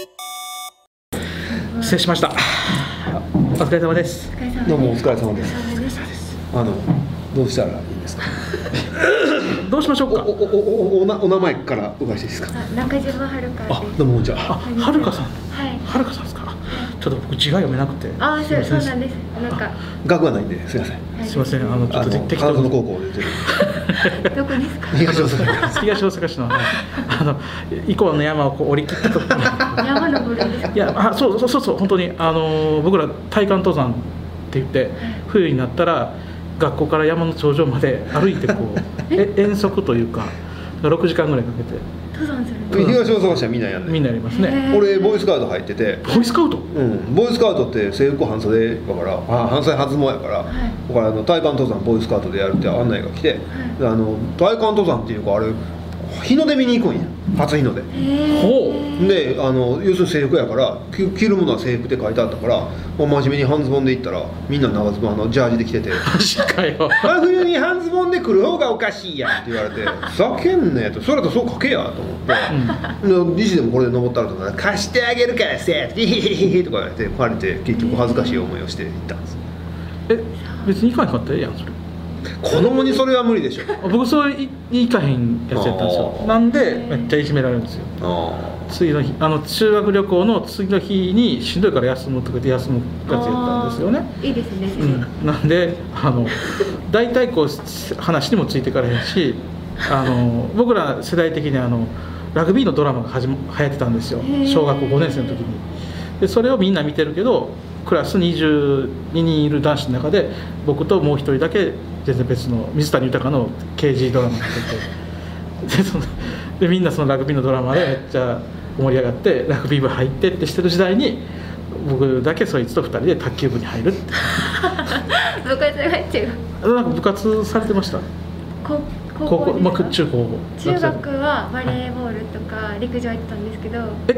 失礼しました。お疲れ様です。 どうもお疲れ様です。どうしたらいいですか。 どうしましょうか。 お名前からお伺いしていいですか。 中島遥です。 どうもじゃあ、はるかさん。はるかさんですか。ちょっと僕字が読めなくて。 そうなんです。なんか学はないんで、すみません。 すみません。ちょっと適当に。高校で出てる。 どこですか。 東大阪市の以降の山をこう降り切ったところ。 山登るんですか。 いや、そう本当に僕ら体感登山って言って冬になったら学校から山の頂上まで歩いてこう遠足というか6時間ぐらいかけて登山する。 東大阪市はみんなやんね。 みんなやりますね。 俺ボーイスカウト入ってて。 ボーイスカウト。 ボーイスカウトって制服半袖やから半袖初詣やから、だから体感登山ボーイスカウトでやるって案内が来て、体感登山っていうかあれ日の出見に行くんや、初日の出で、要するに制服やから着るものは制服って書いてあったから、真面目に半ズボンで行ったらみんな長ズボンジャージで着てて 「真冬に半ズボンで来る方がおかしいやん」って言われて「ふざけんね」と「それだとそう書けや」と思って「理事でもこれで登ったらとか貸してあげるからせ」とか言われて借りて結局恥ずかしい思いをして行ったんです。 別に行かなかったらええやんそれ。 子供にそれは無理でしょ。 僕そう行かへんやつやったんですよ。なんでめっちゃいじめられるんですよ。次の日修学旅行の次の日にしんどいから休むとかで休むやつやったんですよね。 いいですね。 なんで大体こう話にもついてからへんし、僕ら世代的にラグビーのドラマが流行ってたんですよ、小学校5年生の時に。でそれをみんな見てるけどクラス22人いる男子の中で僕ともう一人だけ全然別の水谷豊の刑事ドラマをやっててでみんなそのラグビーのドラマでめっちゃ盛り上がってラグビー部入ってってしてる時代に僕だけそいつと2人で卓球部に入るって部活が入っちゃう。 なんか部活されてました。 高校中高中学はバレーボールとか陸上やってたんですけど。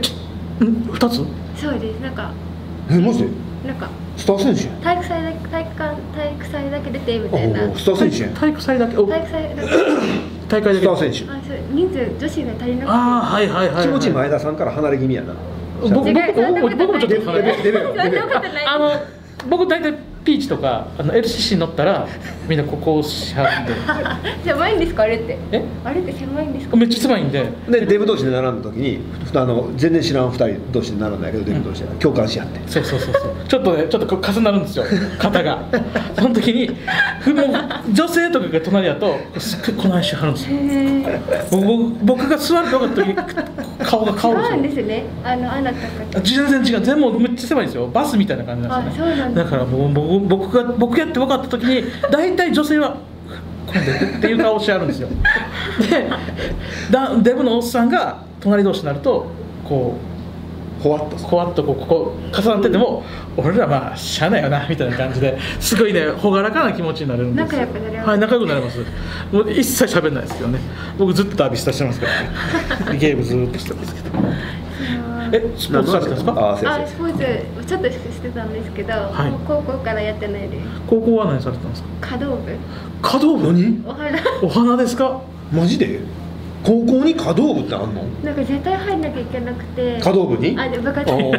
2つ。 そうです。なんかマジでなんかスター選手。 体育祭だけ出てみたいな。 スター選手。 体育祭だけ。大会だけ。スター選手。 人数女子が足りなくて。 はい気持ち前田さんから離れ気味やな。 僕もちょっと離れ気味。僕大体ピーチとかLCC 乗ったらみんなここをしはって狭いんですかあれって。あれって狭いんですか。 めっちゃ狭いんで。 デブ同士で並んだ時に全然知らん2人同士で並んだけどデブ同士で共感し合って。 そうちょっと重なるんですよ肩が。その時に女性とかが隣だとすっごいこないしはるんですよ。僕が座るとか時顔が変わるんですよ。 そうなんですね。あなたが全然違う。全部めっちゃ狭いんですよ。バスみたいな感じなんですよね。だから僕やって分かった時に大体女性はこれっていう顔してあるんですよ。でデブのおっさんが隣同士になるとこうほわっとここ重なってても俺らまあしゃあないよなみたいな感じですごいね朗らかな気持ちになれるんですよ。 仲良くなれます。 はい、仲良くなれます。もう一切喋んないですけどね。僕ずっとダービーしたしてますからね。ゲームずっとしてますけど。スポーツされてたんですか。 スポーツちょっとしてたんですけど、高校からやってないです。 高校は何されてたんですか。 華道部。 華道部にお花ですか。 マジで高校に華道部ってあんの。 なんか絶対入んなきゃいけなくて。 華道部に。 部活。 華道部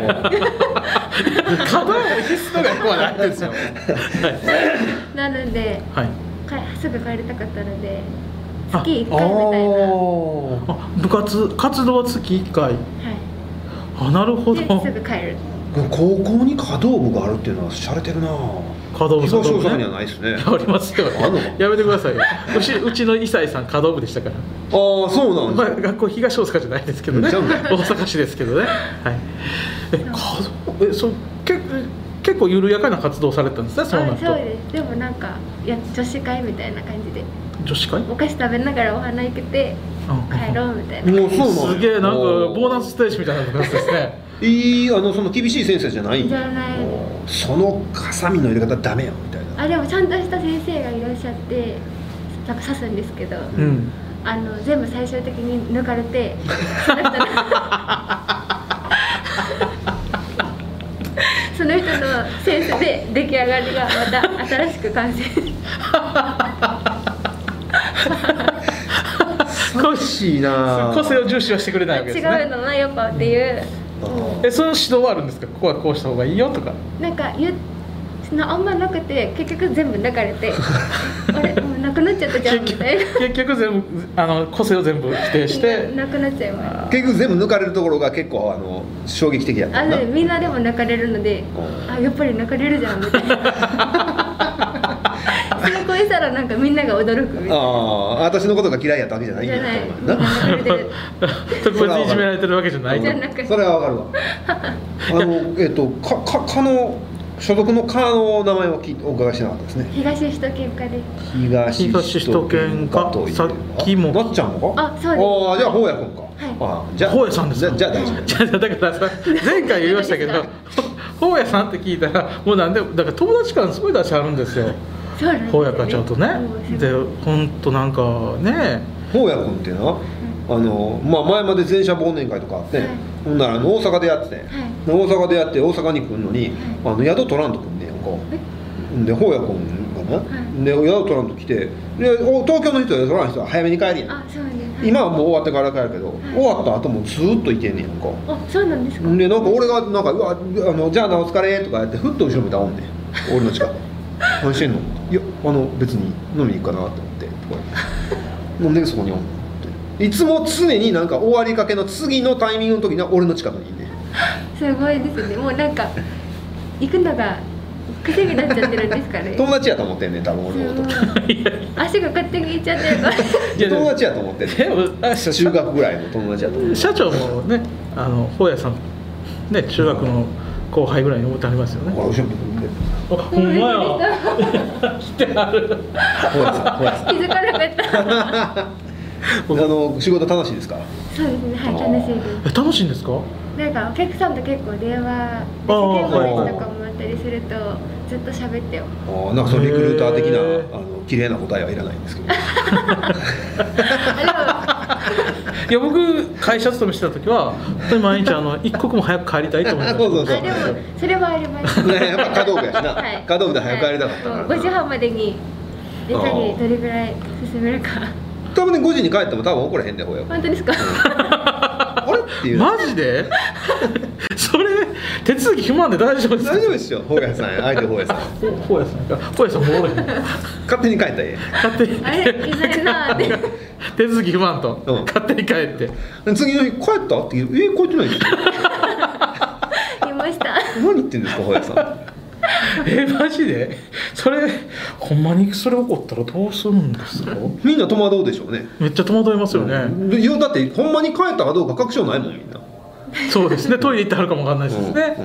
必須の学校はないですよ。 なので、すぐ帰りたかったので月1回みたいな。 部活活動は月1回。なるほど。 すぐ帰る。 高校に華道部があるっていうのは洒落てるな。 華道部さん。 東大阪にはないですね。 ありますよ。やめてくださいよ。うちの伊西さん華道部でしたから。 そうなんです。 学校東大阪じゃないですけどね。大阪市ですけどね。はい。結構緩やかな活動されたんですね。そうです。 でもなんか女子会みたいな感じで。 女子会？ お菓子食べながらお花行けて帰ろうみたいな。 もうそうなん。 すげえなんかボーナスステージみたいな感じですね。 その厳しい先生じゃない。 じゃない。 そのハサミの入れ方ダメよみたいな。 でもちゃんとした先生がいらっしゃってなんか刺すんですけど、全部最終的に抜かれてその人のセンスで出来上がりがまた新しく完成。 こ難しいな。 個性を重視はしてくれないわけですね。 違うのなやっぱっていう。 その指導はあるんですか？ここはこうした方がいいよとか。 なんかあんまなくて、結局全部抜かれてあれもうなくなっちゃったじゃんみたいな。 結局全部個性を全部否定してなくなっちゃいます。 結局全部抜かれるところが結構衝撃的だったな。 みんなでも抜かれるので、やっぱり抜かれるじゃんみたいな。成功したらなんかみんなが驚くみたいな。 私のことが嫌いやったわけじゃないんだよ。 特別にいじめられてるわけじゃない。 それはわかるわ。所属の課の名前をお伺いしてなかったですね。 東首都圏課で。 東首都圏課とさっきもなっちゃんのか？ そうです。 じゃあほうやくんか。 じゃあほうやさんですか？ じゃあ大丈夫。 だからさ、前回言いましたけど、ほうやさんって聞いたらもうなんでだから友達感すごい出しあるんですよ。ほうや課長とね。で本当なんかね。 ほうやくんっていうのは前まで全社忘年会とかあって、ほんなら大阪でやってて、大阪でやって大阪に来るのに宿取らんと来んねんやんか。でほうやくんがね、で宿取らんと来て、で東京の人で取らん人は早めに帰りやん。今はもう終わってから帰るけど、終わった後もずっといてんねんやんか。 そうなんですか。 でなんか俺がなんかうわじゃあなお疲れとかやってふっと後ろ見たらおんねん俺の近く。何してんの？いや別に飲みに行くかなと思って飲んでそこにおんの。いつも常になんか終わりかけの次のタイミングの時には俺の近くにいんね。 すごいですね。もうなんか行くのが癖になっちゃってるんですかね。 友達やと思ってんねん多分俺のこと。 足が勝手に行っちゃってるから。 友達やと思ってんねん。中学ぐらいの友達やと思って。 社長もねほうやさんね中学の後輩ぐらいに思ってありますよね。 後ろ見て。 ほんまや。来てある。 ほうやさん。 気づかなかった。 仕事楽しいですか？ そうですね、はい、楽しいです。 楽しいんですか？ なんかお客さんと結構電話世間話とかもあったりするとずっと喋ってよ。 なんかそのリクルーター的な綺麗な答えはいらないんですけど。 いや僕会社勤めしてた時は本当に毎日一刻も早く帰りたいと思いました。 でもそれはあります。 やっぱ稼働部やしな。稼働部で早く帰りたかったから。 5時半までにいかにどれぐらい進めるか。 多分ね5時に帰っても多分怒れへんでほうや。 本当ですか？ あれっていう。 マジで？それ手続き不満で大丈夫ですか？ 大丈夫ですよ。ほうやさん相手ほうやさん。 ほうやさんか。ほうやさんもおれへん。 勝手に帰ったらええ。 勝手に。 あれいないなって。 手続き不満と勝手に帰って。 次の日帰ったっていう帰ってないですよ。 いました。 何言ってんですかほうやさん。 マジで？それほんまにそれ起こったらどうするんですか？ みんな戸惑うでしょうね。 めっちゃ戸惑いますよね。 だってほんまに帰ったかどうか確証ないもんみんな。 そうですね。トイレ行ってあるかもわかんないですね。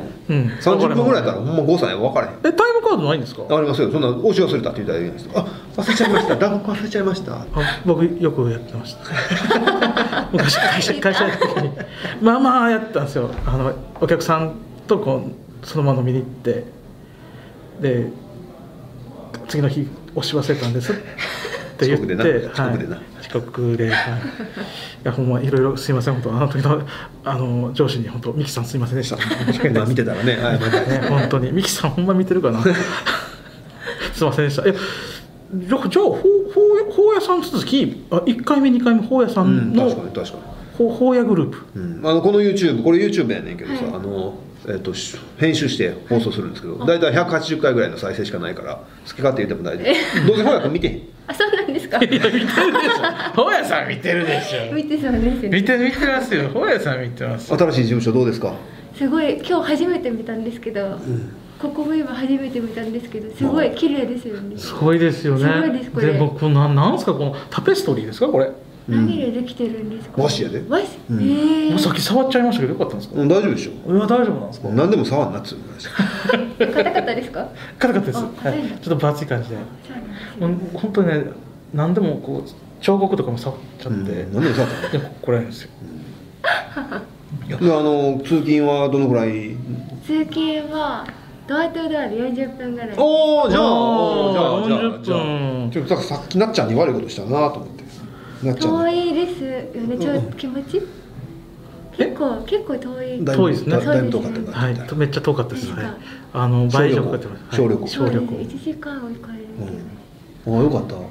30分ぐらいだったらほんま5歳分からへん。 タイムカードないんですか？ ありますよ。そんな押し忘れたって言ったらいいんですよ。忘れちゃいました。打撲忘れちゃいました。 僕よくやってました。昔会社やった時にまあやったんですよ。お客さんとそのまま飲みに行って。で次の日押し忘れたんですって言って遅刻で、いやほんまいろいろすいません本当時の上司に本当ミキさんすいませんでした。 見てたらね、 本当にミキさんほんま見てるかな。すいませんでした。じゃあほうやさん続き1回目2回目ほうやさんの確かにほうやグループ。 この YouTube これ YouTube やねんけどさ編集して放送するんですけど、だいたい180回ぐらいの再生しかないから好き勝手言っても大丈夫。どうせほうやくん見てへん。 そうなんですか？ いや見てるでしょ。ほうやさん見てるでしょ。 見てそうですね。 見てますよ。ほうやさん見てます。 新しい事務所どうですか？ すごい今日初めて見たんですけど、ここも今初めて見たんですけどすごい綺麗ですよね。 すごいですよね。 すごいですこれ。 で僕なんですかこのタペストリーですかこれ？ 何でできてるんですか？ 和紙やで。 和紙。 さっき触っちゃいましたけどよかったんですか？ 大丈夫でしょ。 大丈夫なんですか？ 何でも触んなっつうぐらいです。 硬かったですか？ 硬かったです。ちょっと分厚い感じで。本当にね何でも彫刻とかも触っちゃって。 何でも触った。 これなんですよ。 で通勤はどのぐらい？ 通勤はドアトゥドアで40分ぐらい。 おおじゃあ 40分。 ちょっとさっきなっちゃんに悪いことしたなと思って。 遠いですよね。気持ち？結構遠い。 遠いですね。 だいぶ遠かった。 はい、めっちゃ遠かったです。はい。倍以上かかってます。 小旅行。 1時間を超える。 よかった。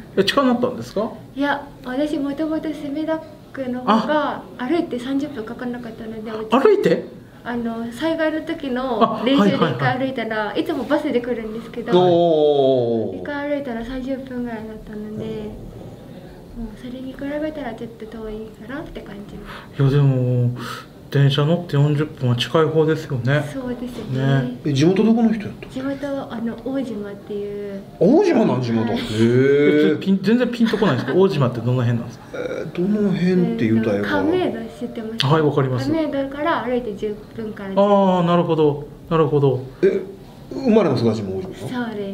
近くなったんですか？ いや、私もともと墨田区の方が歩いて30分かからなかったので。 歩いて？ 災害の時の練習で1回歩いたら、いつもバスで来るんですけど、1回歩いたら30分ぐらいだったので、もうそれに比べたらちょっと遠いかなって感じ。 いやでも電車乗って40分は近い方ですよね。 そうですね。 地元どこの人やった？ 地元大島っていう。 大島なん地元。へえ。 全然ピンとこないんですけど、大島ってどの辺なんですか？ どの辺って言うたらよか。 亀戸知ってます？ はい、わかります。 亀戸から歩いて10分から。 ああ、なるほどなるほど。 生まれも育ちも大島？ そうです。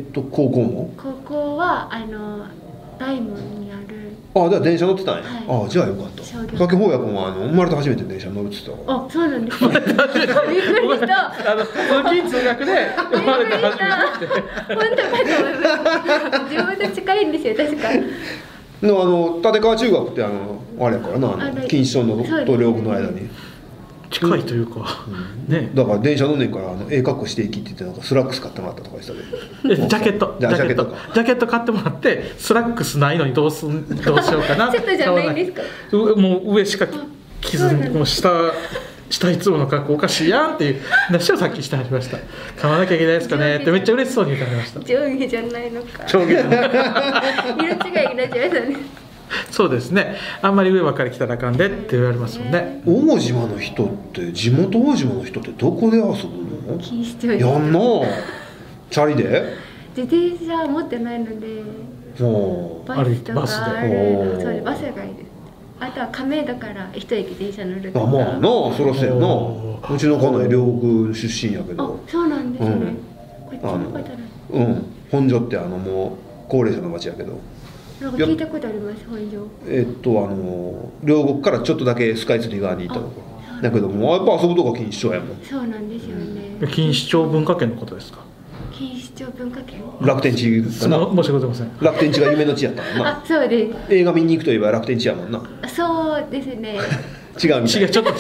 高校も？ 高校は大門にある。 じゃあ電車乗ってたんや。 はい、 じゃあよかった。さっき宝也君は生まれて初めて電車乗るって言ってた。 あ、そうなんですね。びっくりした。 通勤通学で生まれて初めて。 本当かと思います。地元近いんですよ、確か。 立川中学ってあれやからな、錦糸町のと両国の間に近いというか、ね。 だから電車乗んねんから格好していきって言ってなんかスラックス買ってもらったとかしたで。 ジャケット買ってもらってスラックスないのにどうしようかな。 セットじゃないですか。 もう上しか着ずにもう下いつもの格好おかしいやんっていう話をさっきしてはりました。買わなきゃいけないですかねってめっちゃ嬉しそうに言ってはりました。 上下じゃないのか。 上下じゃない。 色違いになっちゃいましたね。 そうですね。あんまり上ばっかり着たらあかんでって言われますよね。 大島の人って地元大島の人ってどこで遊ぶの？ 錦糸町。 やんな。チャリで？ 自転車持ってないので。バスとかある。そうです、バスがいいです。あとは亀戸から一駅電車乗るとか。 まあな、そらそうやな。うちの家内両国出身やけど。 そうなんですね。こっちの方だ。 本所ってもう高齢者の町やけど。 なんか聞いたことあります、本所。 両国からちょっとだけスカイツリー側に行ったところだけども、やっぱ遊ぶとこ錦糸町やもん。 そうなんですよね。 錦糸町文化圏のことですか？ 錦糸町文化圏。 楽天地かな。 申し訳ございません。 楽天地が夢の地やったもんな。 そうです。 映画見に行くといえば楽天地やもんな。 そうですね。 違うみたい。 ちょっと違う。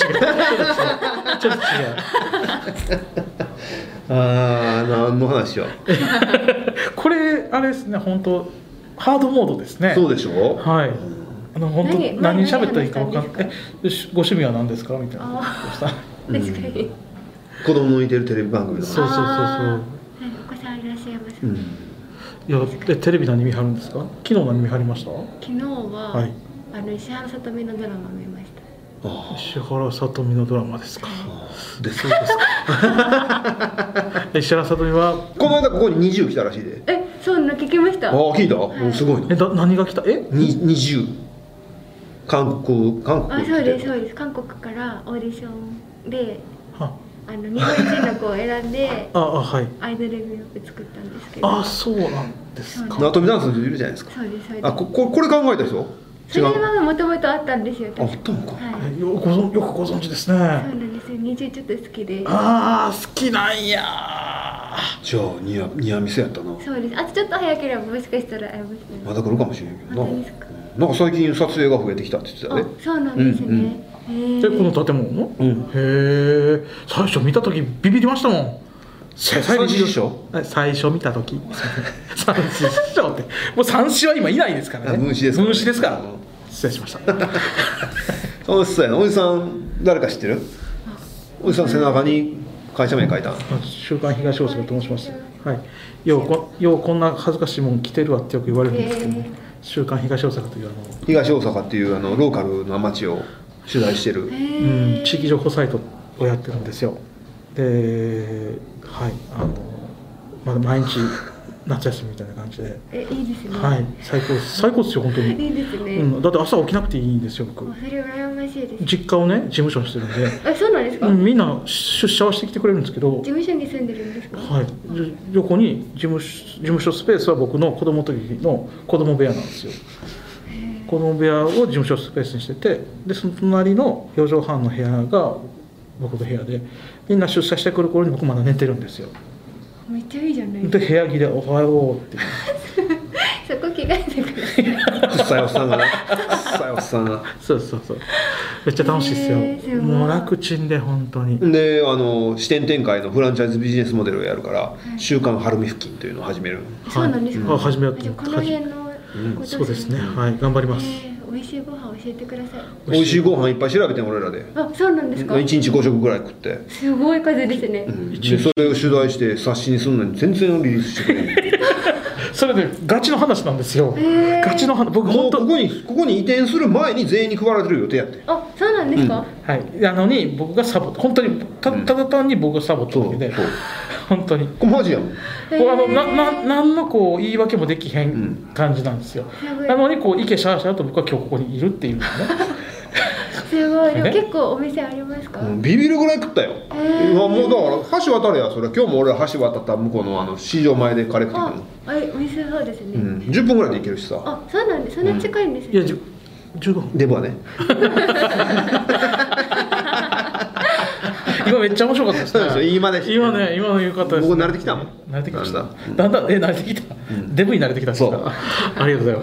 何の話は。 これあれですね、本当ハードモードですね。 そうでしょ。 はい。本当何喋ったらいいか分かんない。ご趣味は何ですかみたいな。 確かに。 子供のいてるテレビ番組の。 そう。 お子さんいらっしゃいます。 いやテレビ何見張るんですか？昨日何見張りました？ 昨日は石原さとみのドラマ見ました。 石原さとみのドラマですか？ そうですか。 石原さとみはこの間ここに20来たらしいで。 そうな聞きました。 聞いた？すごいな。 何が来た ？20。韓国。 そうです。韓国からオーディションで日本人の子を選んでアイドルグループ作ったんですけど。 そうなんですか。 縄跳びダンスの人いるじゃないですか。 そうです。 これ考えた人？ それはもともとあったんですよ。 あったのか。 よくご存知ですね。 そうなんですよ。20ちょっと好きで。 好きなんや。 じゃあニアミスやったな。 そうです。あとちょっと早ければもしかしたら会えますね。 まだ来るかもしれんけどな。 本当ですか。 なんか最近撮影が増えてきたって言ってたね。 そうなんですね。 この建物の？へえ。最初見た時ビビりましたもん。最初見た時三師匠ってもう三師は今いないですからね。 分子ですから。失礼しました。 楽しそうやな。おじさん誰か知ってる？おじさん背中に会社名書いた。 週刊東大阪と申します。はい。ようこんな恥ずかしいもん着てるわってよく言われるんですけども、週刊東大阪という東大阪っていうローカルな街を取材してる地域情報サイトをやってるんですよ。で、まだ毎日夏休みみたいな感じで。 いいですね。 はい、最高ですよ本当に。 いいですね。 だって朝起きなくていいんですよ僕。 それ羨ましいです。 実家をね事務所にしてるんで。 そうなんですか。 みんな出社はしてきてくれるんですけど。 事務所に住んでるんですか。 はい。横に事務所スペースは僕の子供の時の子供部屋なんですよ。子供部屋を事務所スペースにしてて、でその隣の4畳半の部屋が僕の部屋で、みんな出社してくる頃に僕まだ寝てるんですよ。 めっちゃいいじゃないですか。 で部屋着でおはようってそこ着替えてください。 くっさいおっさんがそうめっちゃ楽しいですよ。もう楽ちんで本当に。 で支店展開のフランチャイズビジネスモデルをやるから、週刊晴海付近というのを始める。 そうなんですか。 始めようって。 この辺のそうですね、はい、頑張ります。 美味しいご飯教えてください。 美味しいご飯いっぱい調べてん俺らで。 あ、そうなんですか。 1日5食ぐらい食って。 すごい数ですね。 でそれを取材して冊子にすんのに全然リリースしてくれない。 それでガチの話なんですよ。ガチの話、僕もうここに移転する前に全員に配られてる予定やって。 あ、そうなんですか。 はい。なのに僕がサボって、本当にただ単に僕がサボったわけで、本当に。 これマジやもん。 何のこう言い訳もできへん感じなんですよ。なのにこうイケシャーシャーと僕は今日ここにいるっていうのね。 すごい。でも結構お店ありますか。 ビビるぐらい食ったよ。もうだから橋渡れやそれ。今日も俺は橋渡った向こうの市場前でカレー食ってくるの。お店そうですね。 10分ぐらいで行けるしさ。 あ、そうなんです。そんな近いんですね。 いや15分。 デブはね。 今めっちゃ面白かったですね。 そうですよ。今の言う方です。 僕慣れてきたもん。 慣れてきました。だんだん慣れてきた。デブに慣れてきたんですか。ありがとうございます。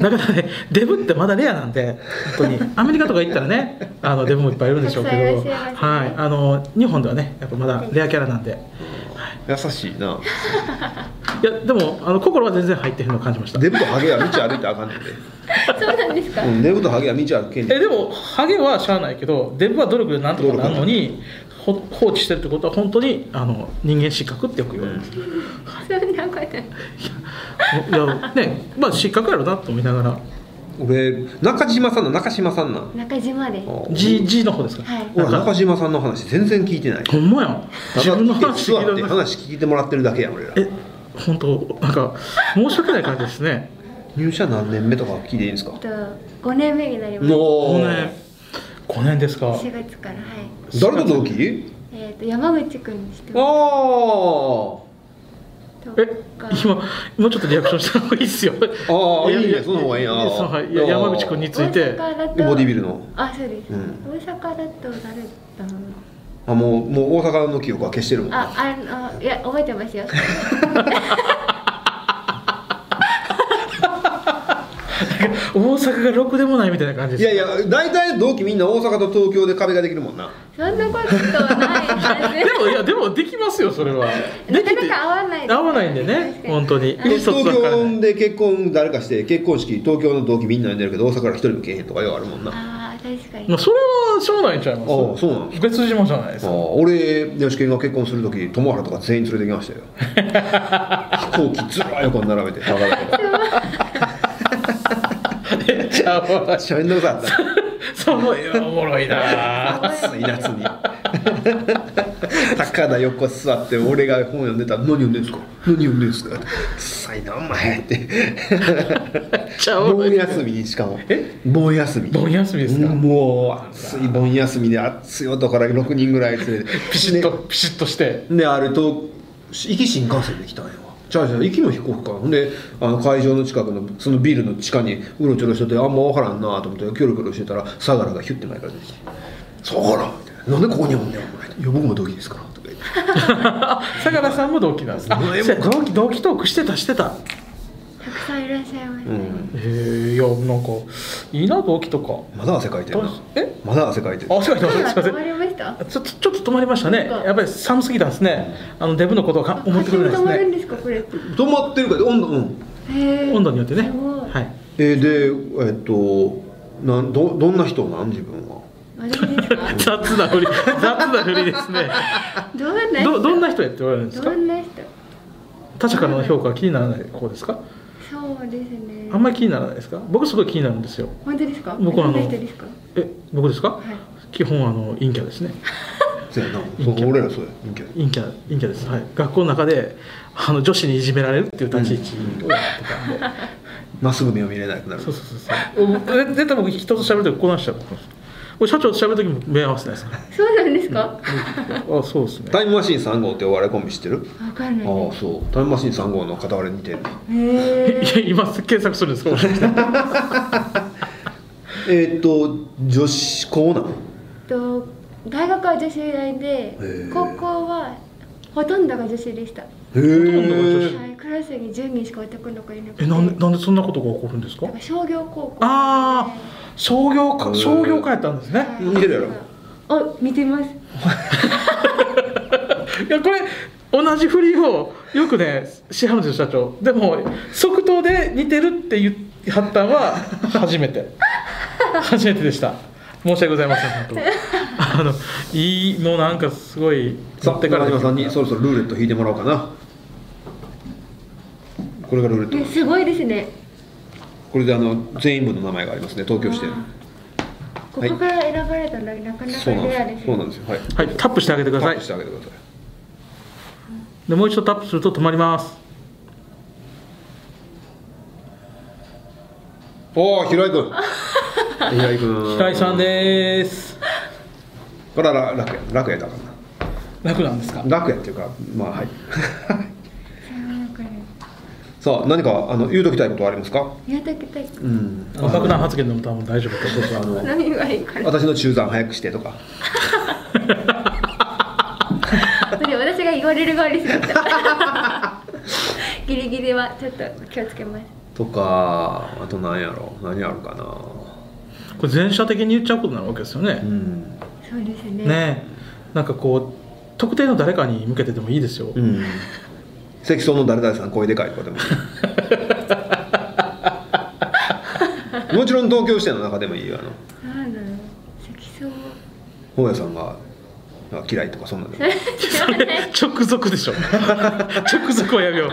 だからね、デブってまだレアなんで、本当にアメリカとか行ったらね、デブもいっぱいいるんでしょうけど、はい、日本ではね、やっぱまだレアキャラなんで。 優しいな。 いやでも心は全然入ってへんのを感じました。 デブとハゲは道歩いたらあかんねんで。 そうなんですか。 デブとハゲは道歩けんねん。 でもハゲはしゃあないけど、デブは努力でなんとかなるのに放置してるってことは本当に人間失格ってよく言われるんです。 そんなこと。 いやね、まあ失格やろなと思いながら。 俺中島さん中島で G の方ですか。 中島さんの話全然聞いてない。 ほんまや。 自分の話聞いてもらってるだけや俺ら。 本当なんか申し訳ない感じですね。 入社何年目とか聞いていいんですか。 5年目になります。 5年ですか。 4月から。はい。 誰と同期？ 山口くんにしてます。 今もうちょっとリアクションした方がいいですよ。 ああ、いいね、その方がいいな。 山口くんについてボディビルの。 あ、そうです。大阪だと誰だったの。 あ、もう大阪の記憶は消してるもん。 いや覚えてますよ。 大阪がろくでもないみたいな感じです。 いや大体同期みんな大阪と東京で壁ができるもんな。 そんなことない。 でもできますよそれは。 なかなか合わないんでね、本当に。 東京で結婚誰かして結婚式東京の同期みんな呼んでるけど大阪から一人も来えへんとかようあるもんな。 ああ確かに。 それはしょうがないんちゃいます。ああそうなんです。別島じゃないですか。 俺吉健が結婚する時友原とか全員連れてきましたよ。飛行機ずら横に並べて。 めっちゃおもろい。 しゃべんどくさかった。 そうおもろいな。 暑い夏に。高田横座って俺が本読んでたら何読んでんすか。何読んでんすか。臭いなお前って。盆休みにしかも。盆休み。 盆休みですか。 もう暑い盆休みで暑い男から6人ぐらい連れてピシッとして。 であれと行き新幹線で来たんよ。行きも飛行機か。で会場の近くのそのビルの地下にうろちょろしててあんま分からんなと思ってキョロキョロしてたら相良がヒュッて前から出てきて「相良!」みたいな「なんでここにおんねんお前」いや僕も同期ですから」とか言って相良さんも同期なんですね。同期トークしてたたくさんいらっしゃいますね。 いやなんかいいな同期とか。 まだ汗かいてるな。まだ汗かいてる。 汗かいてます。止まりました。 ちょっと止まりましたね。やっぱり寒すぎたんですね。デブのことを思ってくれないですね。 止まるんですかこれ。 止まってるから温度によってね。はい。 でどんな人なん自分は。 雑なふりですね。どんな人やっておられるんですか。 どんな人。 他者からの評価は気にならない方ですか。 そうですね。 あんまり気にならないですか。僕すごい気になるんですよ。 本当ですか。 僕は僕ですか。 はい。 基本陰キャですね。 そうやな。俺らそうや。 陰キャです。はい。学校の中で女子にいじめられるっていう立ち位置をやってたんで。 まっすぐ目を見れなくなる。 そう。絶対僕人と喋るときこなしちゃう。これ社長と喋るときも目合わせないですか。 そうなんですか。 あ、そうですね。 タイムマシーン3号ってお笑いコンビ知ってる？ わかんない。 ああそう。タイムマシーン3号の片割れ似てる。 今検索するんですか。 女子校なの？ 大学は女子大で高校はほとんどが女子でした。 ほとんどが女子。 はい、クラスに10人しか男の子いなくて。 なんでそんなことが起こるんですか。 商業高校。 商業科やったんですね。 見てるやろ。 あ、見てます。 いやこれ同じ振りをよくねしはるんですよ社長。でも即答で似てるって言っ発端は初めて初めてでした。申し訳ございません。本当いい、もうなんかすごいさあ、中島さんにそろそろルーレット引いてもらおうかな。これがルーレット。 すごいですね。 これで全員分の名前がありますね、東京支店。 ここから選ばれたらなかなかレアですね。 そうなんですよ。はい、 はい、タップしてあげてください。 タップしてあげてください。 でもう一度タップすると止まります。 おお、平井君。平井君。 平井さんです。 これは楽やだからな。楽なんですか。 楽やっていうか、まあはい。さあ、何か言うときたいことはありますか。 言うときたい。 爆弾発言でも多分大丈夫だと思います。 何がいいかな。 私の中断早くしてとか。 私が言われる側にする。ギリギリはちょっと気をつけます。 とか、あと何やろう、何あるかな。これ全社的に言っちゃうことになるわけですよね。 そうですね。 ね、なんかこう特定の誰かに向けてでもいいですよ。 関総の誰々さん声でかいとかでももちろん東京支店の中でもいいよ。 なんだろう、関総大家さんが嫌いとかそんなんでも直属でしょ。直属はやめよう。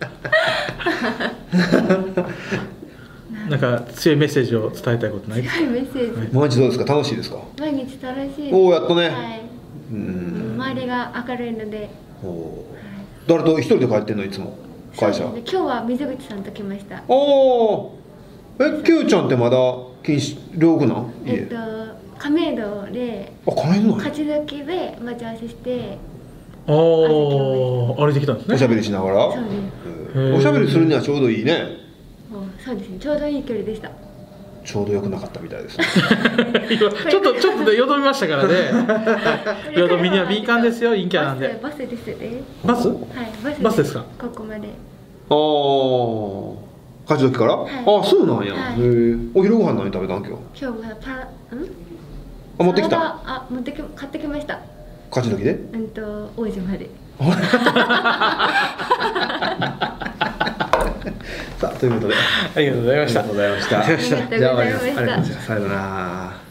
なんか強いメッセージを伝えたいことないですか。 強いメッセージ。 毎日どうですか、楽しいですか。 毎日楽しい。 おお、やっとね。 はい。周りが明るいので。 誰と一人で帰ってんの、いつも会社。 今日は水口さんと来ました。 おお。Q ちゃんってまだ両国なん？ 亀戸で。 あ、亀戸なん。 勝どきで待ち合わせして。 歩いてきたんですね。 おしゃべりしながら。そうです。おしゃべりするにはちょうどいいね。 そうですね。ちょうどいい距離でした。 ちょうど良くなかったみたいですね。 ちょっとでよどみましたからね。よどみには敏感ですよ、陰キャなんで。 バスですね。 バス？ はい、 バスですか。 ここまで。 勝どきから？あ、そうなんや。お昼ご飯何食べたん今日？ 今日は持ってきた？ 買ってきました。 勝どきで？ 王子まで。 さあ、ということでありがとうございました。 ありがとうございました。 じゃあ終わります。 ありがとうございました。さよなら。